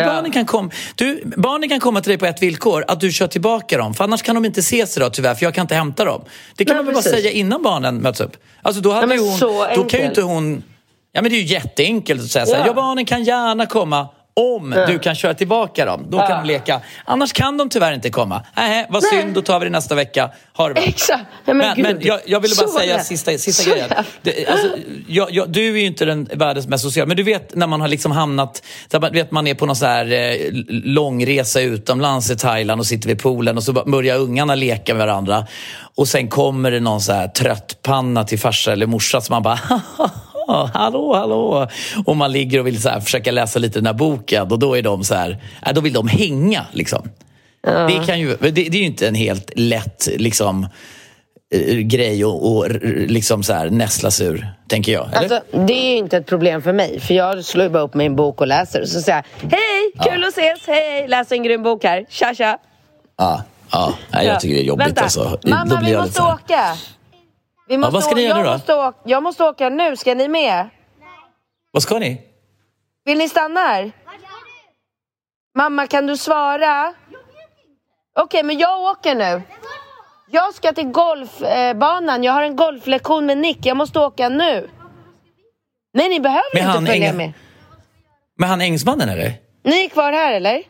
Barnen kan komma till dig på ett villkor, att du kör tillbaka dem, för annars kan de inte ses idag tyvärr, för jag kan inte hämta dem. Det kan man väl bara säga innan barnen möts upp. Alltså då hade då kan ju inte hon... Ja, men det är ju jätteenkelt att säga så här: ja, barnen kan gärna komma om du kan köra tillbaka dem. Då kan de leka. Annars kan de tyvärr inte komma. Vad synd, då tar vi det nästa vecka. Har det bra. Exakt. Men jag ville bara säga sista grejen. Du är ju inte den världens mest sociala, men du vet när man har liksom hamnat, vet man är på någon så här långresa utomlands i Thailand och sitter vid poolen och så börjar ungarna leka med varandra, och sen kommer det någon så här tröttpanna till farsa eller morsa som man bara hallå. Och man ligger och vill så här försöka läsa lite den här boken, och då är de så här, då vill de hänga liksom. Det kan ju, det är ju inte en helt lätt liksom grej och liksom så här näslas ur, tänker jag. Eller? Alltså, det är ju inte ett problem för mig, för jag slår ju bara upp min bok och läser, och så säger jag: hej, kul att ses, hej, läs en grym bok här, tja. Ja, jag tycker det är jobbigt. Vänta. Alltså. Mamma, vi måste åka. Vad ska ni göra nu då? Jag måste åka nu, ska ni med? Nej. Vad ska ni? Vill ni stanna här? Mamma, kan du svara? Okej, men jag åker nu. Jag ska till golfbanan. Jag har en golflektion med Nick. Jag måste åka nu. Nej, ni behöver inte följa med. Men han Ängsmannen, eller? Ni är kvar här, eller?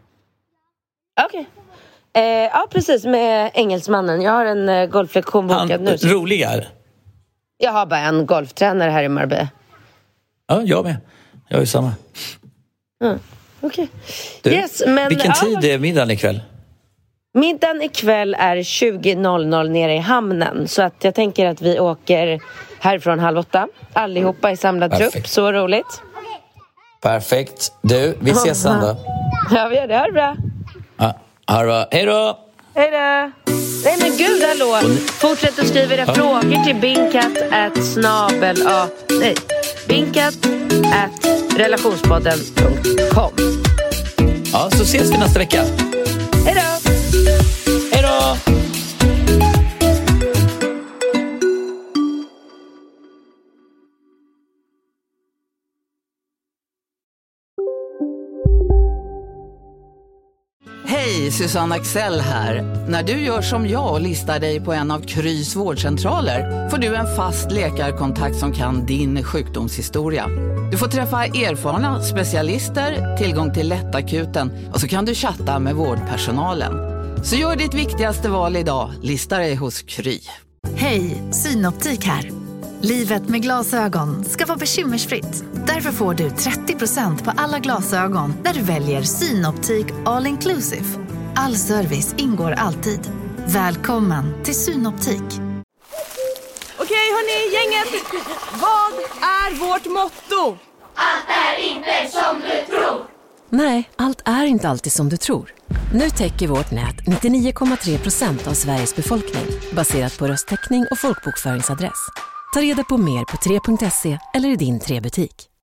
Okej. Ja, precis, med Engelsmannen. Jag har en golflektion bokad nu. Roligare? Jag har bara en golftränare här i Marbella. Ja, jag med. Jag är ju samma. Okej. Vilken tid är middagen ikväll? Middagen ikväll är 20.00 nere i hamnen. Så att jag tänker att vi åker härifrån 7:30. Allihopa i samlad trupp. Så roligt. Perfekt. Du, vi ses sen då. Ja, vi gör det. Ha det bra. Ja, ha det bra. Hej då! Hej då! Nej men gud, hallå! Fortsätt att skriva era frågor till binkat@relationspodden.com. Ja, så ses vi nästa vecka. Hej då! Hej då! Hej, Susanne Axel här. När du gör som jag och listar dig på en av Krys vårdcentraler får du en fast läkarkontakt som kan din sjukdomshistoria. Du får träffa erfarna specialister, tillgång till lättakuten och så kan du chatta med vårdpersonalen. Så gör ditt viktigaste val idag, lista dig hos Kry. Hej, Synoptik här. Livet med glasögon ska vara bekymmersfritt. Därför får du 30% på alla glasögon när du väljer Synoptik All Inclusive. All service ingår alltid. Välkommen till Synoptik. Okej, hörni, gänget. Vad är vårt motto? Allt är inte som du tror. Nej, allt är inte alltid som du tror. Nu täcker vårt nät 99,3% av Sveriges befolkning baserat på röstteckning och folkbokföringsadress. Ta reda på mer på 3.se eller i din 3-butik.